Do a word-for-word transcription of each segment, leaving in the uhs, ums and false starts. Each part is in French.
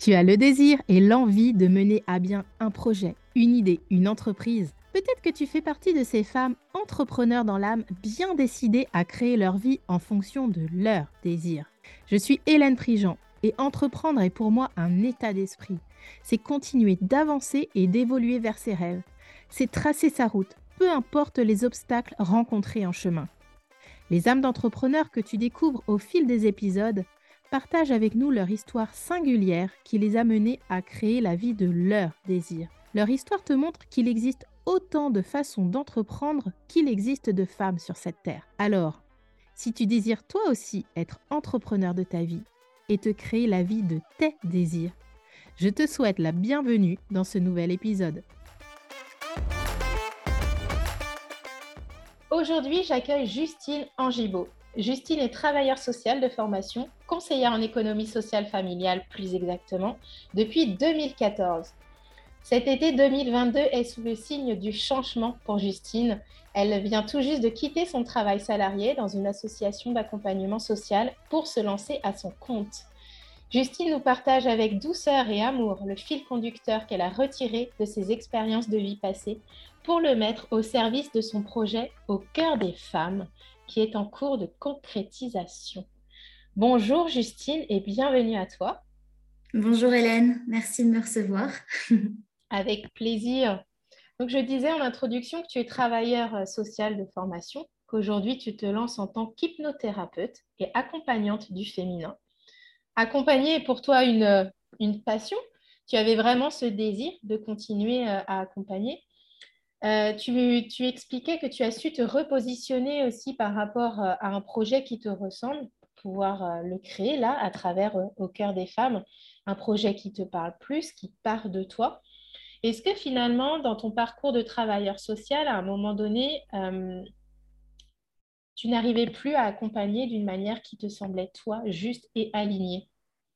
Tu as le désir et l'envie de mener à bien un projet, une idée, une entreprise. Peut-être que tu fais partie de ces femmes entrepreneurs dans l'âme, bien décidées à créer leur vie en fonction de leur désir. Je suis Hélène Prigent et entreprendre est pour moi un état d'esprit. C'est continuer d'avancer et d'évoluer vers ses rêves. C'est tracer sa route, peu importe les obstacles rencontrés en chemin. Les âmes d'entrepreneurs que tu découvres au fil des épisodes partagent avec nous leur histoire singulière qui les a menés à créer la vie de leur désir. Leur histoire te montre qu'il existe autant de façons d'entreprendre qu'il existe de femmes sur cette terre. Alors, si tu désires toi aussi être entrepreneur de ta vie et te créer la vie de tes désirs, je te souhaite la bienvenue dans ce nouvel épisode. Aujourd'hui, j'accueille Justine Angibaud. Justine est travailleure sociale de formation, conseillère en économie sociale familiale plus exactement, depuis deux mille quatorze. Cet été deux mille vingt-deux est sous le signe du changement pour Justine. Elle vient tout juste de quitter son travail salarié dans une association d'accompagnement social pour se lancer à son compte. Justine nous partage avec douceur et amour le fil conducteur qu'elle a retiré de ses expériences de vie passées pour le mettre au service de son projet Au cœur des femmes, qui est en cours de concrétisation. Bonjour Justine et bienvenue à toi. Bonjour Hélène, merci de me recevoir. Avec plaisir. Donc je disais en introduction que tu es travailleur social de formation, qu'aujourd'hui tu te lances en tant qu'hypnothérapeute et accompagnante du féminin. Accompagner est pour toi une, une passion. Tu avais vraiment ce désir de continuer euh, à accompagner. Euh, tu, tu expliquais que tu as su te repositionner aussi par rapport euh, à un projet qui te ressemble, pouvoir euh, le créer là, à travers euh, Au cœur des femmes, un projet qui te parle plus, qui part de toi. Est-ce que finalement, dans ton parcours de travailleur social, à un moment donné, euh, tu n'arrivais plus à accompagner d'une manière qui te semblait, toi, juste et alignée?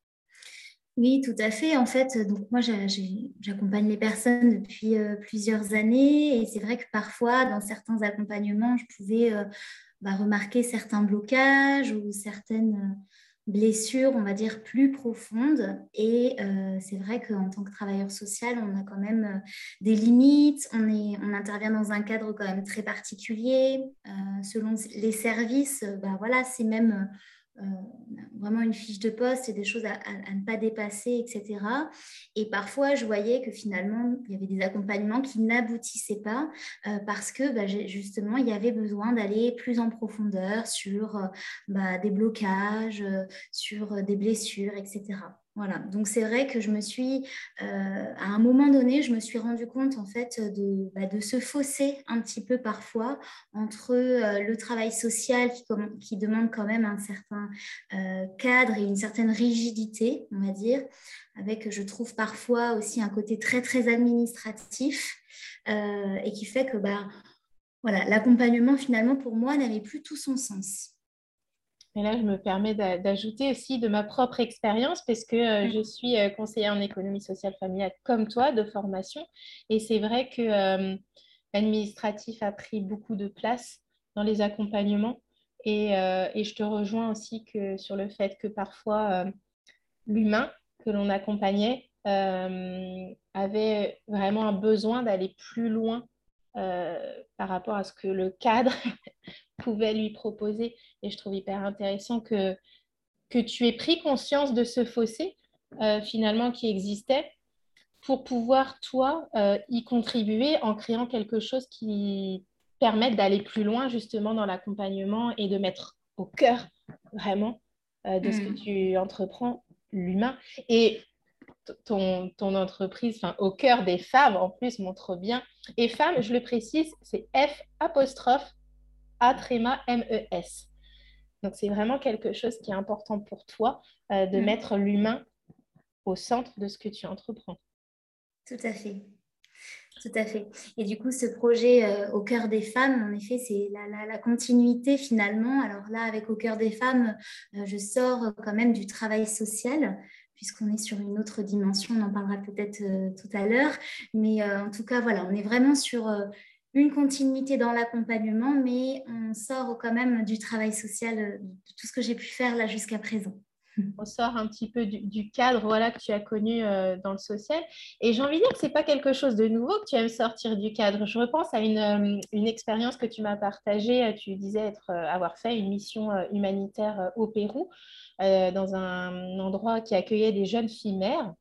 Oui, tout à fait. En fait, donc moi, j'ai- j'ai- j'accompagne les personnes depuis euh, plusieurs années et c'est vrai que parfois, dans certains accompagnements, je pouvais euh, bah, remarquer certains blocages ou certaines euh, blessures, on va dire, plus profondes. Et euh, c'est vrai qu'en tant que travailleur social, on a quand même euh, des limites. On est, on intervient dans un cadre quand même très particulier. Euh, selon les services, euh, bah, voilà, c'est même euh, vraiment une fiche de poste et des choses à, à- à ne pas dépasser, et cetera. Et parfois, je voyais que finalement, il y avait des accompagnements qui n'aboutissaient pas euh, parce que bah, j'ai- justement, il y avait besoin d'aller plus en profondeur sur euh, bah, des blocages, euh, sur euh, des blessures, et cetera. Voilà, donc c'est vrai que je me suis, euh, à un moment donné, je me suis rendu compte en fait de, bah, de ce fossé un petit peu parfois entre euh, le travail social qui, qui demande quand même un certain euh, cadre et une certaine rigidité, on va dire, avec, je trouve, parfois aussi un côté très, très administratif euh, et qui fait que bah, voilà, l'accompagnement, finalement, pour moi, n'avait plus tout son sens. Et là, je me permets d'a- d'ajouter aussi de ma propre expérience, parce que euh, je Mm. suis euh, conseillère en économie sociale familiale comme toi, de formation. Et c'est vrai que euh, l'administratif a pris beaucoup de place dans les accompagnements. Et, euh, et je te rejoins aussi que, sur le fait que parfois, euh, l'humain que l'on accompagnait euh, avait vraiment un besoin d'aller plus loin euh, par rapport à ce que le cadre pouvait lui proposer. Et je trouve hyper intéressant que, que tu aies pris conscience de ce fossé euh, finalement qui existait pour pouvoir, toi, euh, y contribuer en créant quelque chose qui permette d'aller plus loin justement dans l'accompagnement et de mettre au cœur vraiment euh, de ce que Mm. tu entreprends l'humain. Et ton, ton entreprise, enfin, au cœur des femmes, en plus, montre bien. Et femmes, je le précise, c'est F apostrophe A tréma M E S. Donc, c'est vraiment quelque chose qui est important pour toi, euh, de Mm. mettre l'humain au centre de ce que tu entreprends. Tout à fait. Tout à fait. Et du coup, ce projet euh, Au cœur des femmes, en effet, c'est la, la- la continuité finalement. Alors là, avec Au cœur des femmes, euh, je sors euh, quand même du travail social, puisqu'on est sur une autre dimension, on en parlera peut-être euh, tout à l'heure. Mais euh, en tout cas, voilà, on est vraiment sur euh, une continuité dans l'accompagnement, mais on sort quand même du travail social, euh, de tout ce que j'ai pu faire là jusqu'à présent. On sort un petit peu du, du cadre voilà, que tu as connu euh, dans le social. Et j'ai envie de dire que ce n'est pas quelque chose de nouveau que tu aimes sortir du cadre. Je repense à une, euh, une expérience que tu m'as partagée. Tu disais être, euh, avoir fait une mission euh, humanitaire euh, au Pérou, euh, dans un endroit qui accueillait des jeunes filles mères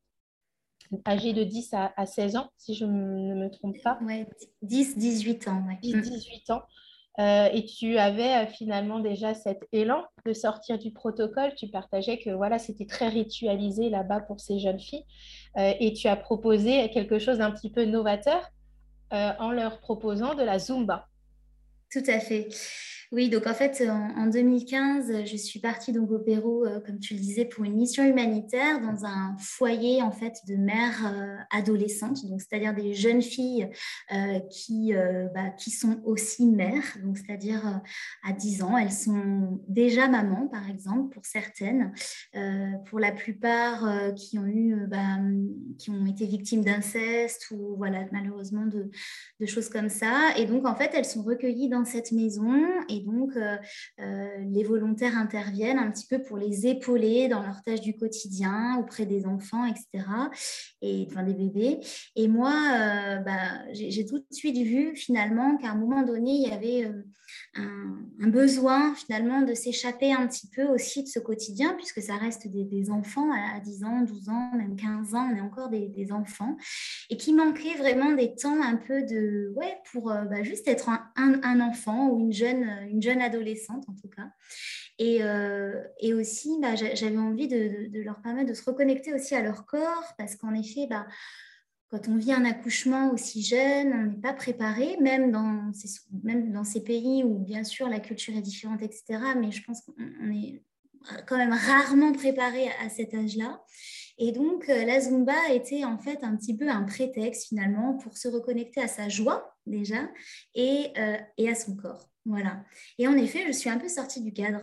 âgées de dix à, à seize ans, si je ne me trompe pas. Ouais, dix dix-huit ans, ouais. dix Mm. dix-huit ans. Euh, et tu avais euh, finalement déjà cet élan de sortir du protocole. Tu partageais que voilà, c'était très ritualisé là-bas pour ces jeunes filles. Euh, et tu as proposé quelque chose d'un petit peu novateur euh, en leur proposant de la Zumba. Tout à fait. Oui, donc en fait, en, en deux mille quinze, je suis partie donc au Pérou, euh, comme tu le disais, pour une mission humanitaire dans un foyer en fait de mères euh, adolescentes, donc c'est-à-dire des jeunes filles euh, qui, euh, bah, qui sont aussi mères, donc c'est-à-dire euh, à dix ans, elles sont déjà mamans, par exemple, pour certaines, euh, pour la plupart euh, qui ont eu, euh, bah, qui ont été victimes d'inceste ou voilà, malheureusement de, de choses comme ça. Et donc, en fait, elles sont recueillies dans cette maison et donc euh, euh, les volontaires interviennent un petit peu pour les épauler dans leurs tâches du quotidien auprès des enfants, et cetera. Et enfin des bébés. Et moi, euh, bah, j'ai, j'ai tout de suite vu finalement qu'à un moment donné, il y avait euh, un, un besoin finalement de s'échapper un petit peu aussi de ce quotidien, puisque ça reste des, des enfants à dix ans, douze ans, même quinze ans, on est encore des, des enfants, et qui manquait vraiment des temps un peu de, ouais, pour euh, bah, juste être un, un, un enfant ou une jeune, une jeune adolescente en tout cas. Et, euh, et aussi, bah, j'avais envie de, de, de, leur permettre de se reconnecter aussi à leur corps, parce qu'en effet, bah, quand on vit un accouchement aussi jeune, on n'est pas préparé, même dans, ces, même dans ces pays où bien sûr la culture est différente, et cetera. Mais je pense qu'on est quand même rarement préparé à cet âge-là. Et donc, euh, la Zumba était en fait un petit peu un prétexte finalement pour se reconnecter à sa joie déjà et, euh, et à son corps. Voilà. Et en effet, je suis un peu sortie du cadre.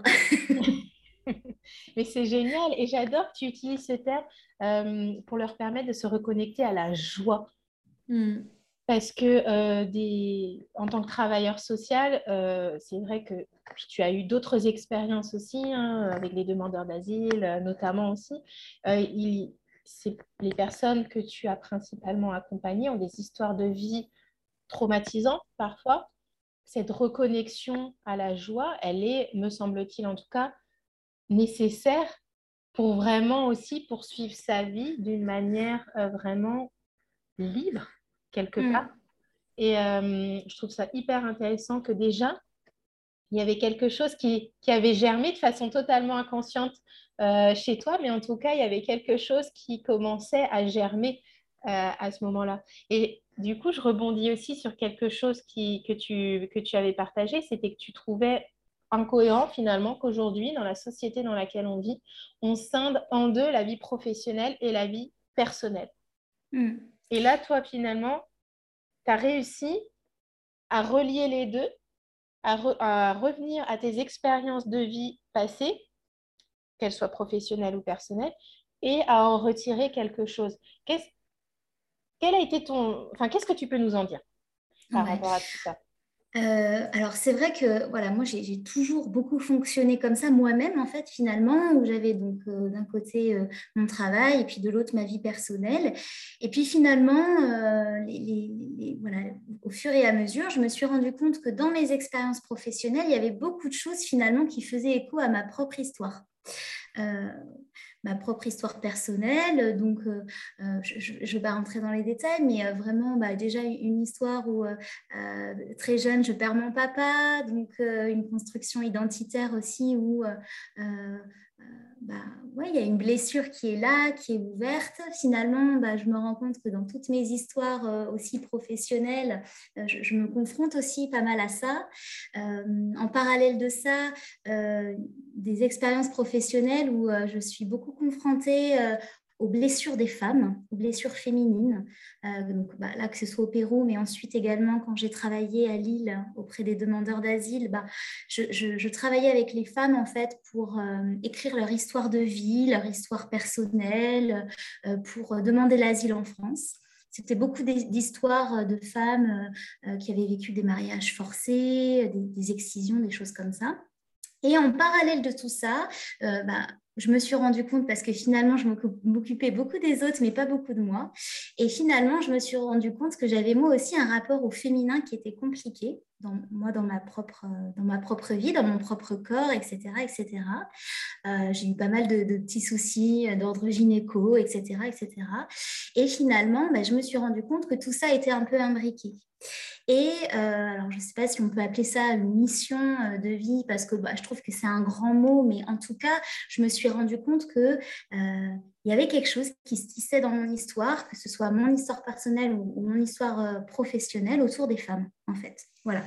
Mais c'est génial et j'adore que tu utilises ce terme euh, pour leur permettre de se reconnecter à la joie. Mm. Parce que euh, des... en tant que travailleur social, euh, c'est vrai que tu as eu d'autres expériences aussi, hein, avec les demandeurs d'asile, euh, notamment aussi. Euh, il... c'est... Les personnes que tu as principalement accompagnées ont des histoires de vie traumatisantes parfois. Cette reconnexion à la joie, elle est, me semble-t-il en tout cas, nécessaire pour vraiment aussi poursuivre sa vie d'une manière euh, vraiment libre, quelque part. Mm. Et euh, je trouve ça hyper intéressant que déjà, il y avait quelque chose qui, qui avait germé de façon totalement inconsciente euh, chez toi, mais en tout cas, il y avait quelque chose qui commençait à germer euh, à ce moment-là. Et du coup, je rebondis aussi sur quelque chose qui, que tu, que tu avais partagé, c'était que tu trouvais incohérent finalement qu'aujourd'hui, dans la société dans laquelle on vit, on scinde en deux la vie professionnelle et la vie personnelle. Mm. Et là, toi, finalement, tu as réussi à relier les deux, à, re- à revenir à tes expériences de vie passées, qu'elles soient professionnelles ou personnelles, et à en retirer quelque chose. Qu'est-ce, quel a été ton... Enfin, qu'est-ce que tu peux nous en dire par Ouais. rapport à tout ça? Euh, alors c'est vrai que voilà, moi j'ai j'ai toujours beaucoup fonctionné comme ça moi-même en fait finalement, où j'avais donc euh, d'un côté euh, mon travail et puis de l'autre ma vie personnelle. Et puis finalement, euh, les- les- les- voilà, au fur et à mesure, je me suis rendu compte que dans mes expériences professionnelles, il y avait beaucoup de choses finalement qui faisaient écho à ma propre histoire. Euh, Ma propre histoire personnelle. Donc, euh, euh, je ne vais pas rentrer dans les détails, mais euh, vraiment, bah, déjà une histoire où euh, euh, très jeune, je perds mon papa, donc euh, une construction identitaire aussi où euh, euh, bah, ouais, il y a une blessure qui est là, qui est ouverte. Finalement, bah, je me rends compte que dans toutes mes histoires euh, aussi professionnelles, euh, je, je, me confronte aussi pas mal à ça. Euh, en parallèle de ça, euh, des expériences professionnelles où euh, je suis beaucoup confrontée euh, aux blessures des femmes, aux blessures féminines. Euh, donc, bah, là, que ce soit au Pérou, mais ensuite également quand j'ai travaillé à Lille auprès des demandeurs d'asile, bah, je, je, je, travaillais avec les femmes en fait pour euh, écrire leur histoire de vie, leur histoire personnelle, euh, pour demander l'asile en France. C'était beaucoup d'histoires de femmes euh, qui avaient vécu des mariages forcés, des, des excisions, des choses comme ça. Et en parallèle de tout ça, euh, bah, je me suis rendu compte parce que finalement, je m'occup- m'occupais beaucoup des autres, mais pas beaucoup de moi. Et finalement, je me suis rendu compte que j'avais moi aussi un rapport au féminin qui était compliqué, dans, moi, dans ma propre, euh, dans ma propre vie, dans mon propre corps, et cetera, et cetera. Euh, j'ai eu pas mal de, de petits soucis euh, d'ordre gynéco, et cetera, et cetera. Et finalement, bah, je me suis rendu compte que tout ça était un peu imbriqué. Et euh, alors, je ne sais pas si on peut appeler ça une mission euh, de vie, parce que bah, je trouve que c'est un grand mot, mais en tout cas, je me suis rendu compte que euh, il y avait quelque chose qui se tissait dans mon histoire, que ce soit mon histoire personnelle ou, ou mon histoire euh, professionnelle, autour des femmes, en fait. Voilà.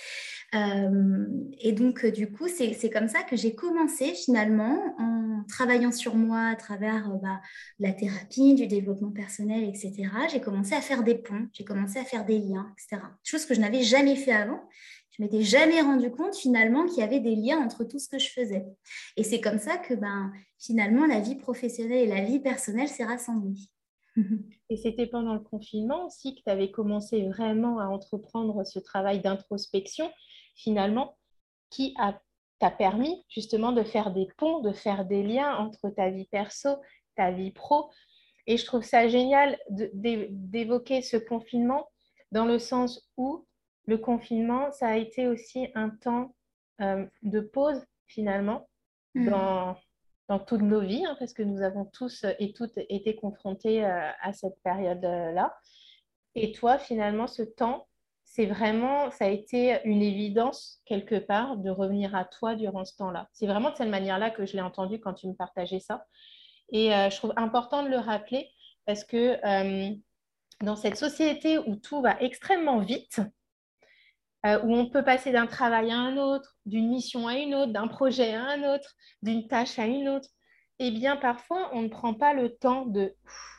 Euh, et donc, euh, du coup, c'est, c'est comme ça que j'ai commencé finalement en travaillant sur moi à travers euh, bah, la thérapie, du développement personnel, et cetera. J'ai commencé à faire des ponts, j'ai commencé à faire des liens, et cetera. Chose que je n'avais jamais fait avant. Je m'étais jamais rendu compte finalement qu'il y avait des liens entre tout ce que je faisais. Et c'est comme ça que ben, finalement la vie professionnelle et la vie personnelle s'est rassemblée. Et c'était pendant le confinement aussi que tu avais commencé vraiment à entreprendre ce travail d'introspection, finalement, qui a, t'a permis justement de faire des ponts, de faire des liens entre ta vie perso, ta vie pro. Et je trouve ça génial de- d'é- d'évoquer ce confinement dans le sens où le confinement, ça a été aussi un temps euh, de pause finalement Mm. dans, dans toutes nos vies, hein, parce que nous avons tous et toutes été confrontés euh, à cette période-là. Et toi, finalement, ce temps, c'est vraiment, ça a été une évidence quelque part de revenir à toi durant ce temps-là. C'est vraiment de cette manière-là que je l'ai entendu quand tu me partageais ça. Et euh, je trouve important de le rappeler parce que euh, dans cette société où tout va extrêmement vite, euh, où on peut passer d'un travail à un autre, d'une mission à une autre, d'un projet à un autre, d'une tâche à une autre, eh bien parfois on ne prend pas le temps de,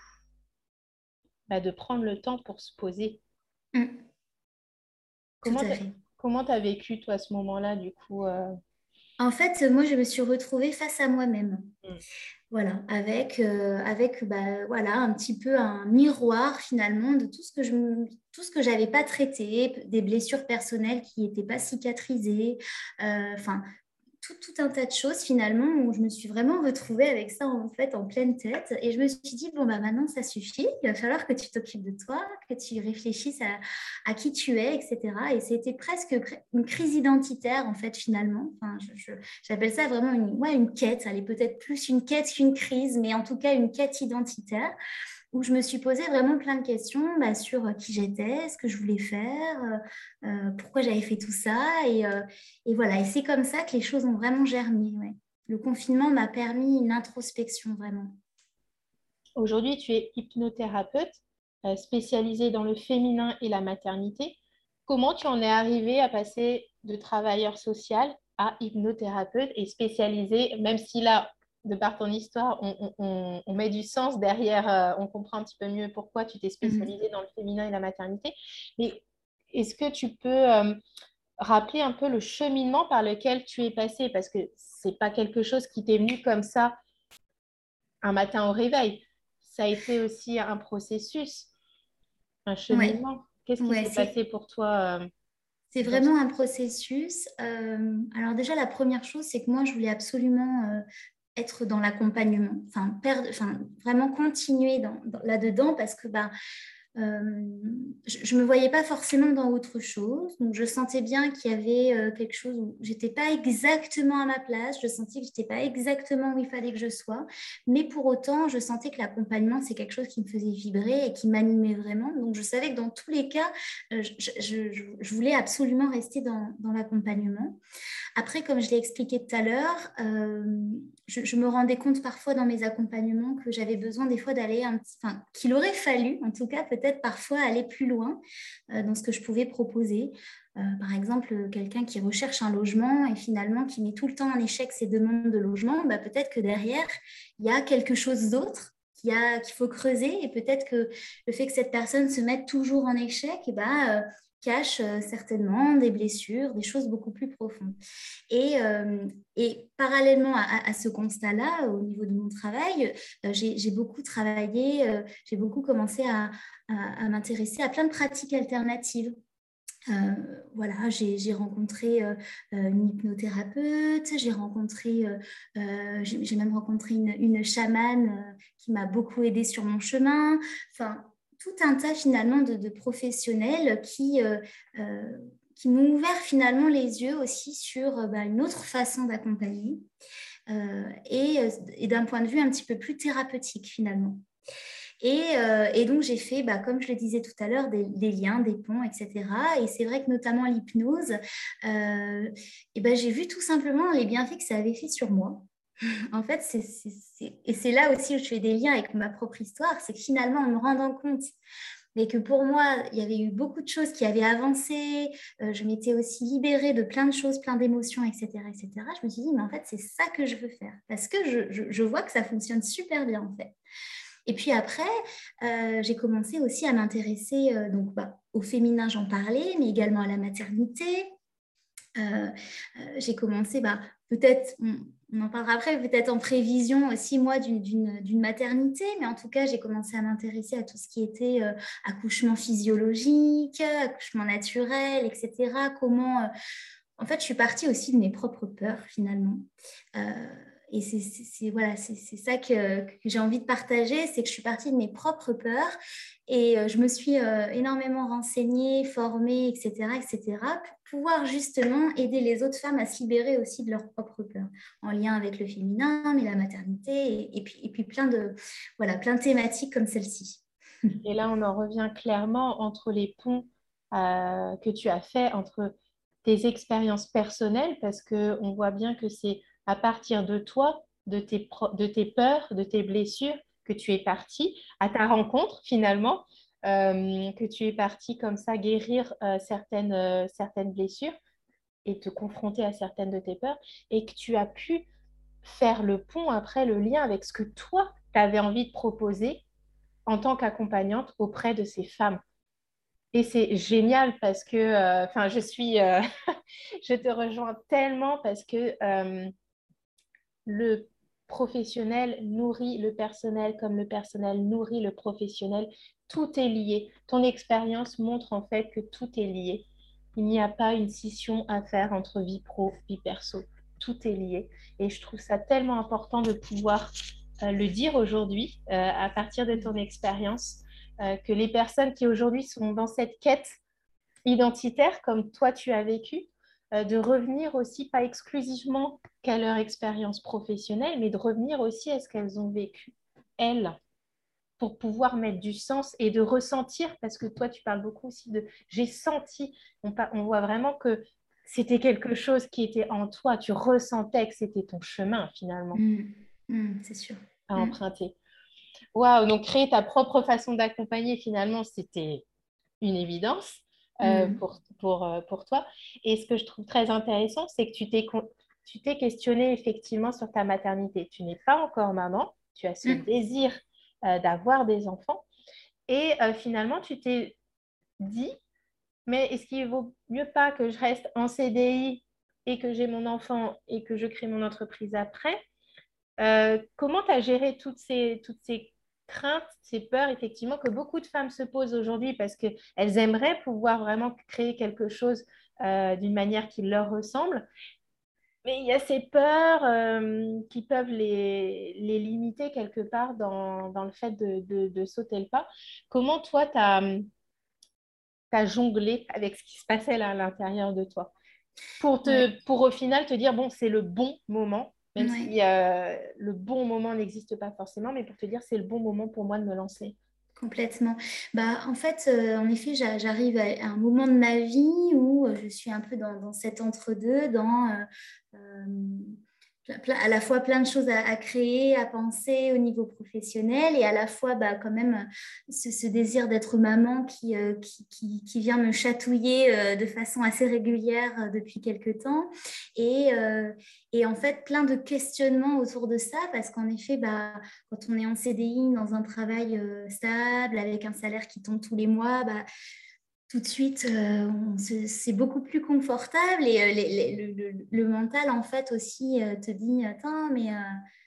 bah, de prendre le temps pour se poser. Mm. Tout Comment à tu fait. comment t'as vécu toi ce moment-là du coup euh, En fait, moi, je me suis retrouvée face à moi-même. mm. Voilà, avec, euh, avec bah, voilà, un petit peu un miroir finalement de tout ce que je, m- tout ce que j'avais pas traité, des blessures personnelles qui n'étaient pas cicatrisées, euh, enfin tout, tout un tas de choses finalement où je me suis vraiment retrouvée avec ça en fait en pleine tête et je me suis dit bon bah maintenant ça suffit, il va falloir que tu t'occupes de toi, que tu réfléchisses à, à qui tu es, et cetera. Et c'était presque cr- une crise identitaire en fait finalement. Enfin, je, je- j'appelle ça vraiment une, ouais, une quête. Elle est peut-être plus une quête qu'une crise, mais en tout cas une quête identitaire où je me suis posé vraiment plein de questions bah, sur qui j'étais, ce que je voulais faire, euh, euh, pourquoi j'avais fait tout ça. Et, euh, et voilà, et c'est comme ça que les choses ont vraiment germé. Ouais. Le confinement m'a permis une introspection vraiment. Aujourd'hui tu es hypnothérapeute euh, spécialisée dans le féminin et la maternité. Comment tu en es arrivée à passer de travailleur social à hypnothérapeute et spécialisée, même si là, de par ton histoire, on, on- on- on met du sens derrière, euh, on comprend un petit peu mieux pourquoi tu t'es Mhm. spécialisée dans le féminin et la maternité. Mais est-ce que tu peux euh, rappeler un peu le cheminement par lequel tu es passée? Parce que c'est pas quelque chose qui t'est venu comme ça un matin au réveil. Ça a été aussi un processus, un Ouais, cheminement. Qu'est-ce qui ouais, s'est passé c'est, pour toi euh, c'est dans ce... vraiment un processus. Euh, alors déjà, la première chose, c'est que moi, je voulais absolument euh, être dans l'accompagnement, enfin, perdre, enfin, vraiment continuer dans, dans- là-dedans parce que bah, Euh, je ne me voyais pas forcément dans autre chose. Donc, je sentais bien qu'il y avait euh, quelque chose où j'étais pas exactement à ma place. Je sentais que j'étais pas exactement où il fallait que je sois. Mais pour autant, je sentais que l'accompagnement, c'est quelque chose qui me faisait vibrer et qui m'animait vraiment. Donc, je savais que dans tous les cas, euh, je, je- je- je voulais absolument rester dans, dans l'accompagnement. Après, comme je l'ai expliqué tout à l'heure, euh, je, je me rendais compte parfois dans mes accompagnements que j'avais besoin des fois d'aller un petit, enfin, qu'il aurait fallu, en tout cas, peut-être parfois aller plus loin euh, dans ce que je pouvais proposer. Euh, par exemple, quelqu'un qui recherche un logement et finalement qui met tout le temps en échec ses demandes de logement, bah, peut-être que derrière, il y a quelque chose d'autre qu'il y a- qu'il faut creuser et peut-être que le fait que cette personne se mette toujours en échec, et bah, euh, cache euh, certainement des blessures, des choses beaucoup plus profondes. Et, euh, et parallèlement à, à ce constat-là, au niveau de mon travail, euh, j'ai j'ai beaucoup travaillé, euh, j'ai beaucoup commencé à, à- à m'intéresser à plein de pratiques alternatives. Euh, voilà, j'ai, j'ai rencontré euh, une hypnothérapeute, j'ai rencontré, euh, euh, j'ai, j'ai même rencontré une, une chamane euh, qui m'a beaucoup aidée sur mon chemin. Enfin, tout un tas finalement de, de professionnels qui, euh, euh, qui m'ont ouvert finalement les yeux aussi sur euh, bah, une autre façon d'accompagner euh, et, et d'un point de vue un petit peu plus thérapeutique finalement. Et, euh, et donc, j'ai fait, bah, comme je le disais tout à l'heure, des, des liens, des ponts, et cetera. Et c'est vrai que notamment l'hypnose, euh, et ben, j'ai vu tout simplement les bienfaits que ça avait fait sur moi. En fait, c'est, c'est, c'est... et c'est là aussi où je fais des liens avec ma propre histoire, c'est que finalement, en me rendant compte mais que pour moi, il y avait eu beaucoup de choses qui avaient avancé, euh, je m'étais aussi libérée de plein de choses, plein d'émotions, et cetera, et cetera. Je me suis dit, mais en fait, c'est ça que je veux faire, parce que je, je, je vois que ça fonctionne super bien, en fait. Et puis après, euh, j'ai commencé aussi à m'intéresser euh, donc, bah, au féminin, j'en parlais, mais également à la maternité. Euh, euh, j'ai commencé, bah, peut-être, on, on en parlera après, peut-être en prévision aussi, moi, d'une, d'une, d'une maternité, mais en tout cas, j'ai commencé à m'intéresser à tout ce qui était euh, accouchement physiologique, accouchement naturel, et cetera. Comment, euh, en fait, je suis partie aussi de mes propres peurs, finalement. Euh, et c'est, c'est, c'est, voilà, c'est, c'est ça que, que j'ai envie de partager, c'est que je suis partie de mes propres peurs et euh, je me suis euh, énormément renseignée, formée, et cetera, et cetera, pour pouvoir justement aider les autres femmes à se libérer aussi de leurs propres peurs, en lien avec le féminin, mais la maternité, et, et puis, et puis plein de, voilà, plein de thématiques comme celle-ci. Et là, on en revient clairement entre les ponts euh, que tu as faits entre tes expériences personnelles, parce qu'on voit bien que c'est à partir de toi, de tes, pro- de tes peurs, de tes blessures, que tu es parti à ta rencontre finalement, euh, que tu es parti comme ça guérir euh, certaines, euh, certaines blessures et te confronter à certaines de tes peurs, et que tu as pu faire le pont après, le lien avec ce que toi, tu avais envie de proposer en tant qu'accompagnante auprès de ces femmes. Et c'est génial parce que, euh, enfin, je suis, euh, je te rejoins tellement parce que euh, le professionnel nourrit le personnel comme le personnel nourrit le professionnel. Tout est lié. Ton expérience montre en fait que tout est lié. Il n'y a pas une scission à faire entre vie pro, vie perso. Tout est lié. Et je trouve ça tellement important de pouvoir euh, le dire aujourd'hui, euh, à partir de ton expérience, euh, que les personnes qui aujourd'hui sont dans cette quête identitaire, comme toi tu as vécu, euh, de revenir aussi, pas exclusivement qu'à leur expérience professionnelle, mais de revenir aussi à ce qu'elles ont vécu, elles, pour pouvoir mettre du sens et de ressentir, parce que toi tu parles beaucoup aussi de j'ai senti, on, on voit vraiment que c'était quelque chose qui était en toi, tu ressentais que c'était ton chemin finalement Mmh, mmh, c'est sûr. à Mmh, emprunter. Waouh, donc créer ta propre façon d'accompagner finalement, c'était une évidence euh, mmh, pour, pour, euh, pour toi. Et ce que je trouve très intéressant, c'est que tu t'es, tu t'es questionné effectivement sur ta maternité. Tu n'es pas encore maman, tu as ce mmh. désir euh, d'avoir des enfants. Et euh, finalement, tu t'es dit, mais est-ce qu'il vaut mieux pas que je reste en C D I et que j'ai mon enfant et que je crée mon entreprise après? Euh, comment tu as géré toutes ces, toutes ces craintes, ces peurs, effectivement, que beaucoup de femmes se posent aujourd'hui parce qu'elles aimeraient pouvoir vraiment créer quelque chose euh, d'une manière qui leur ressemble. Mais il y a ces peurs euh, qui peuvent les, les limiter quelque part dans, dans le fait de, de, de sauter le pas. Comment toi, tu as, jonglé avec ce qui se passait là à l'intérieur de toi pour, Ouais, te, pour au final te dire, bon, c'est le bon moment, même ouais. si euh, le bon moment n'existe pas forcément, mais pour te dire, c'est le bon moment pour moi de me lancer. Complètement. Bah, en fait, euh, en effet, j'a- j'arrive à à un moment de ma vie où euh, je suis un peu dans, dans cet entre-deux, dans euh, euh, plein- plein- à la fois plein de choses à, à créer, à penser au niveau professionnel et à la fois bah, quand même euh, ce, ce désir d'être maman qui, euh, qui, qui- qui vient me chatouiller euh, de façon assez régulière euh, depuis quelque temps. Et, euh, et en fait, plein de questionnements autour de ça parce qu'en effet, bah, quand on est en C D I dans un travail euh, stable, avec un salaire qui tombe tous les mois, bah, tout de suite, euh, on se- c'est beaucoup plus confortable et euh, les- les- le, le- le mental, en fait, aussi euh, te dit, attends, mais euh,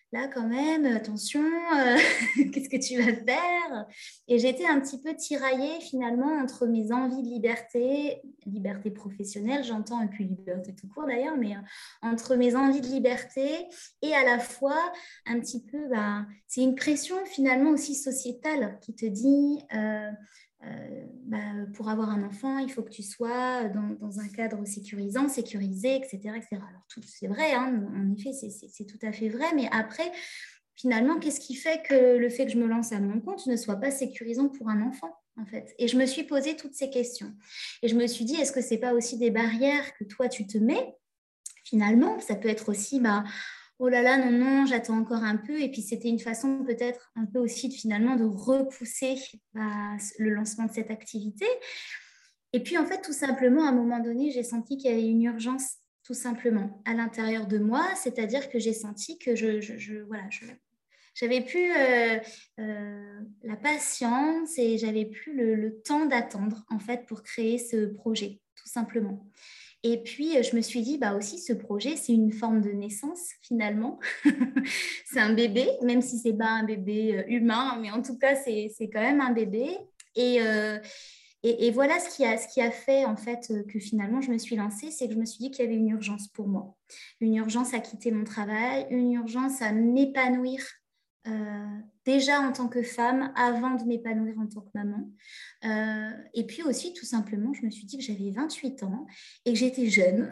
là quand même, attention, euh, qu'est-ce que tu vas faire? Et j'étais un petit peu tiraillée finalement entre mes envies de liberté, liberté professionnelle, j'entends, et puis liberté tout court d'ailleurs, mais euh, entre mes envies de liberté et à la fois un petit peu, bah, c'est une pression finalement aussi sociétale qui te dit... Euh, euh, bah, pour avoir un enfant, il faut que tu sois dans, dans un cadre sécurisant, sécurisé, et cetera, et cetera. Alors, tout, c'est vrai, hein, en effet, c'est, c'est, c'est tout à fait vrai, mais après, finalement, qu'est-ce qui fait que le fait que je me lance à mon compte ne soit pas sécurisant pour un enfant, en fait? Et je me suis posé toutes ces questions. Et je me suis dit, est-ce que ce n'est pas aussi des barrières que toi, tu te mets? Finalement, ça peut être aussi... Bah, oh là là, non, non, j'attends encore un peu. Et puis, c'était une façon peut-être un peu aussi de, finalement de repousser bah, le lancement de cette activité. Et puis, en fait, tout simplement, à un moment donné, j'ai senti qu'il y avait une urgence, tout simplement, à l'intérieur de moi. C'est-à-dire que j'ai senti que je, je, je voilà, je, j'avais plus euh, euh, la patience et j'avais plus le, le temps d'attendre, en fait, pour créer ce projet, tout simplement. Et puis, je me suis dit, bah aussi, ce projet, c'est une forme de naissance, finalement. C'est un bébé, même si ce n'est pas un bébé humain, mais en tout cas, c'est, c'est quand même un bébé. Et, euh, et, et voilà ce qui, a, ce qui a fait, en fait, que finalement, je me suis lancée, c'est que je me suis dit qu'il y avait une urgence pour moi. Une urgence à quitter mon travail, une urgence à m'épanouir euh, déjà en tant que femme, avant de m'épanouir en tant que maman. Euh, et puis aussi, tout simplement, je me suis dit que j'avais vingt-huit ans et que j'étais jeune.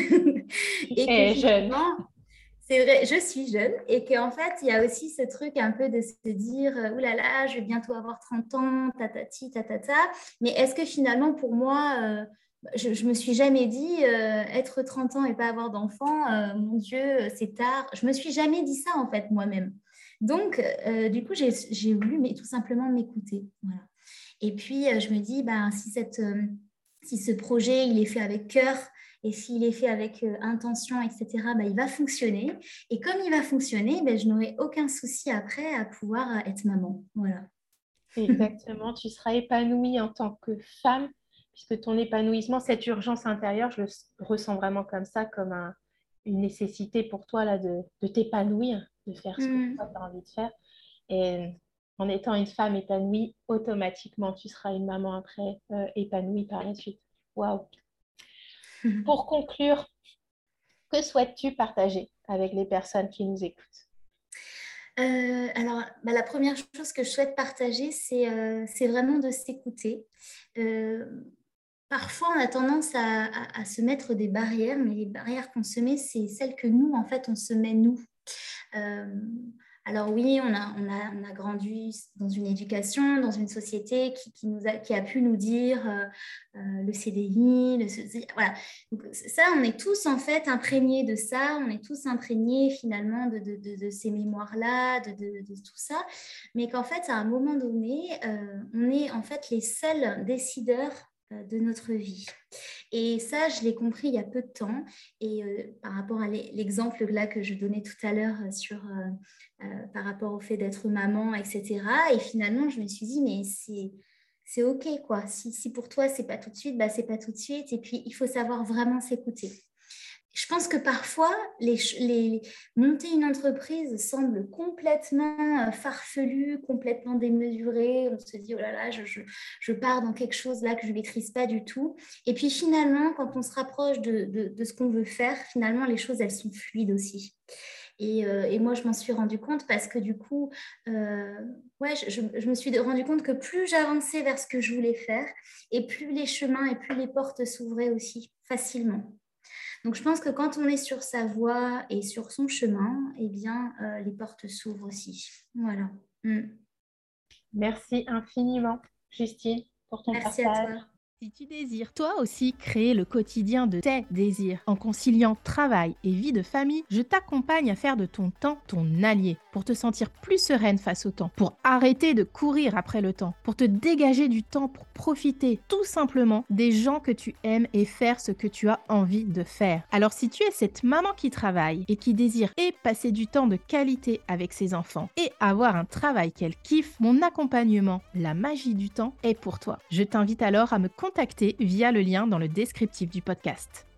Et que Et jeune. finalement, c'est vrai, je suis jeune et qu'en fait, il y a aussi ce truc un peu de se dire « Ouh là là, je vais bientôt avoir trente ans, tatati, tatata ». Mais est-ce que finalement, pour moi... Euh, je ne me suis jamais dit euh, être trente ans et pas avoir d'enfant, euh, mon Dieu, c'est tard. Je ne me suis jamais dit ça, en fait, moi-même. Donc, euh, du coup, j'ai, j'ai voulu mais, tout simplement m'écouter. Voilà. Et puis, euh, je me dis, ben, si, cette, euh, si ce projet, il est fait avec cœur et s'il est fait avec euh, intention, et cetera, ben, il va fonctionner. Et comme il va fonctionner, ben, je n'aurai aucun souci après à pouvoir euh, être maman. Voilà. Exactement, tu seras épanouie en tant que femme, puisque ton épanouissement, cette urgence intérieure, je le ressens vraiment comme ça, comme un, une nécessité pour toi là, de, de t'épanouir, de faire ce que Mm. toi tu as envie de faire. Et en étant une femme épanouie, automatiquement, tu seras une maman après euh, épanouie par la suite. Waouh! Pour conclure, que souhaites-tu partager avec les personnes qui nous écoutent? Euh, alors, bah, la première chose que je souhaite partager, c'est, euh, c'est vraiment de s'écouter. Euh, parfois, on a tendance à, à- à se mettre des barrières, mais les barrières qu'on se met, c'est celles que nous, en fait, on se met nous. Euh, alors oui, on a, on a, on a grandi dans une éducation, dans une société qui, qui nous a, qui a pu nous dire euh, euh, le C D I, le, C D I, voilà. Donc, ça, on est tous en fait imprégnés de ça, on est tous imprégnés finalement de, de, de, de ces mémoires-là, de, de, de tout ça, mais qu'en fait, à un moment donné, euh, on est en fait les seuls décideurs euh, de notre vie. Et ça, je l'ai compris il y a peu de temps. Et euh, par rapport à l'exemple là que je donnais tout à l'heure sur, euh, euh, par rapport au fait d'être maman, et cetera. Et finalement, je me suis dit, mais c'est, c'est OK, quoi. Si, si pour toi, c'est pas tout de suite, bah, c'est pas tout de suite. Et puis, il faut savoir vraiment s'écouter. Je pense que parfois, les, les, monter une entreprise semble complètement farfelu, complètement démesuré. On se dit, oh là là, je, je, je pars dans quelque chose là que je ne maîtrise pas du tout. Et puis finalement, quand on se rapproche de, de, de ce qu'on veut faire, finalement, les choses, elles sont fluides aussi. Et, euh, et moi, je m'en suis rendu compte parce que du coup, euh, ouais, je, je me suis rendu compte que plus j'avançais vers ce que je voulais faire, et plus les chemins et plus les portes s'ouvraient aussi facilement. Donc, je pense que quand on est sur sa voie et sur son chemin, eh bien, euh, les portes s'ouvrent aussi. Voilà. Mm. Merci infiniment, Justine, pour ton Merci à partage. toi. Si tu désires toi aussi créer le quotidien de tes désirs en conciliant travail et vie de famille, je t'accompagne à faire de ton temps ton allié pour te sentir plus sereine face au temps, pour arrêter de courir après le temps, pour te dégager du temps pour profiter tout simplement des gens que tu aimes et faire ce que tu as envie de faire. Alors si tu es cette maman qui travaille et qui désire et passer du temps de qualité avec ses enfants et avoir un travail qu'elle kiffe, mon accompagnement, la magie du temps, est pour toi. Je t'invite alors à me contacter via le lien dans le descriptif du podcast.